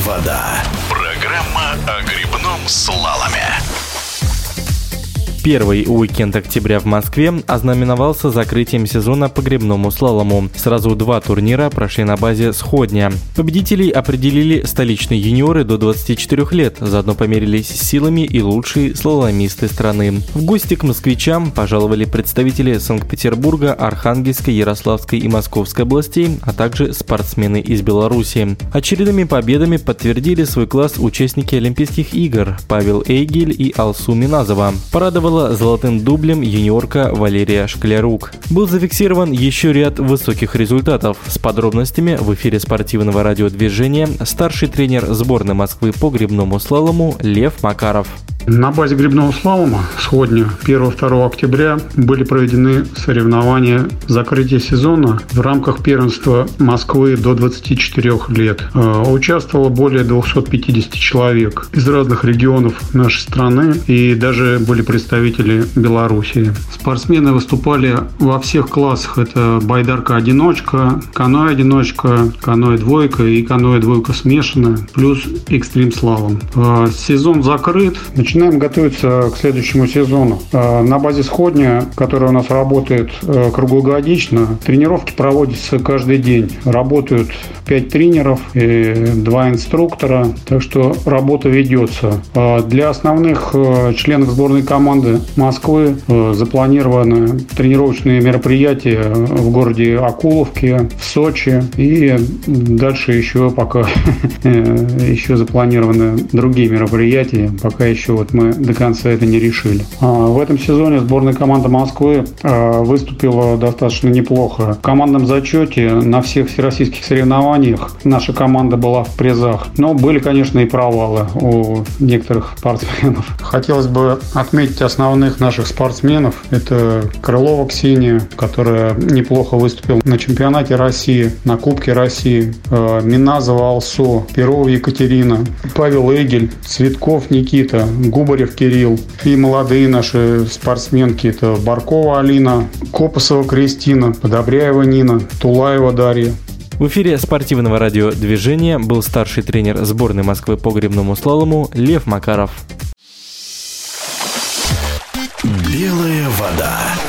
вода». Программа о гребном слаломе. Первый уикенд октября в Москве ознаменовался закрытием сезона по гребному слалому. Сразу 2 турнира прошли на базе «Сходня». Победителей определили столичные юниоры до 24 лет, заодно померились силами и лучшие слаломисты страны. В гости к москвичам пожаловали представители Санкт-Петербурга, Архангельской, Ярославской и Московской областей, а также спортсмены из Беларуси. Очередными победами подтвердили свой класс участники Олимпийских игр Павел Эйгель и Алсу Миназова. Порадовала золотым дублем юниорка Валерия Шклярук. Был зафиксирован еще ряд высоких результатов. С подробностями в эфире спортивного радиодвижения старший тренер сборной Москвы по гребному слалому Лев Макаров. На базе гребного слалома «Сходня» 1-2 октября были проведены соревнования закрытия сезона в рамках первенства Москвы до 24 лет. Участвовало более 250 человек из разных регионов нашей страны и даже были представители Белоруссии. Спортсмены выступали во всех классах. Это байдарка-одиночка, каноэ-одиночка, каноэ-двойка и каноэ-двойка смешанная, плюс экстрим-слалом. Сезон закрыт. Начинаем готовиться к следующему сезону. На базе «Сходня», которая у нас работает круглогодично, тренировки проводятся каждый день. Работают 5 тренеров и 2 инструктора, так что работа ведется. Для основных членов сборной команды Москвы запланированы тренировочные мероприятия в городе Окуловке, в Сочи, и дальше еще пока еще запланированы другие мероприятия, пока еще мы до конца это не решили. В этом сезоне сборная команда Москвы выступила достаточно неплохо. В командном зачете на всех всероссийских соревнованиях наша команда была в призах. Но были, конечно, и провалы у некоторых спортсменов. Хотелось бы отметить основных наших спортсменов. Это Крылова Ксения, которая неплохо выступила на чемпионате России, на Кубке России. Миназова Алсу, Перова Екатерина, Павел Эйгель, Цветков Никита, Губарев Кирилл и молодые наши спортсменки. Это Баркова Алина, Копосова Кристина, Подобряева Нина, Тулаева Дарья. В эфире спортивного радиодвижения был старший тренер сборной Москвы по гребному слалому Лев Макаров. Белая вода.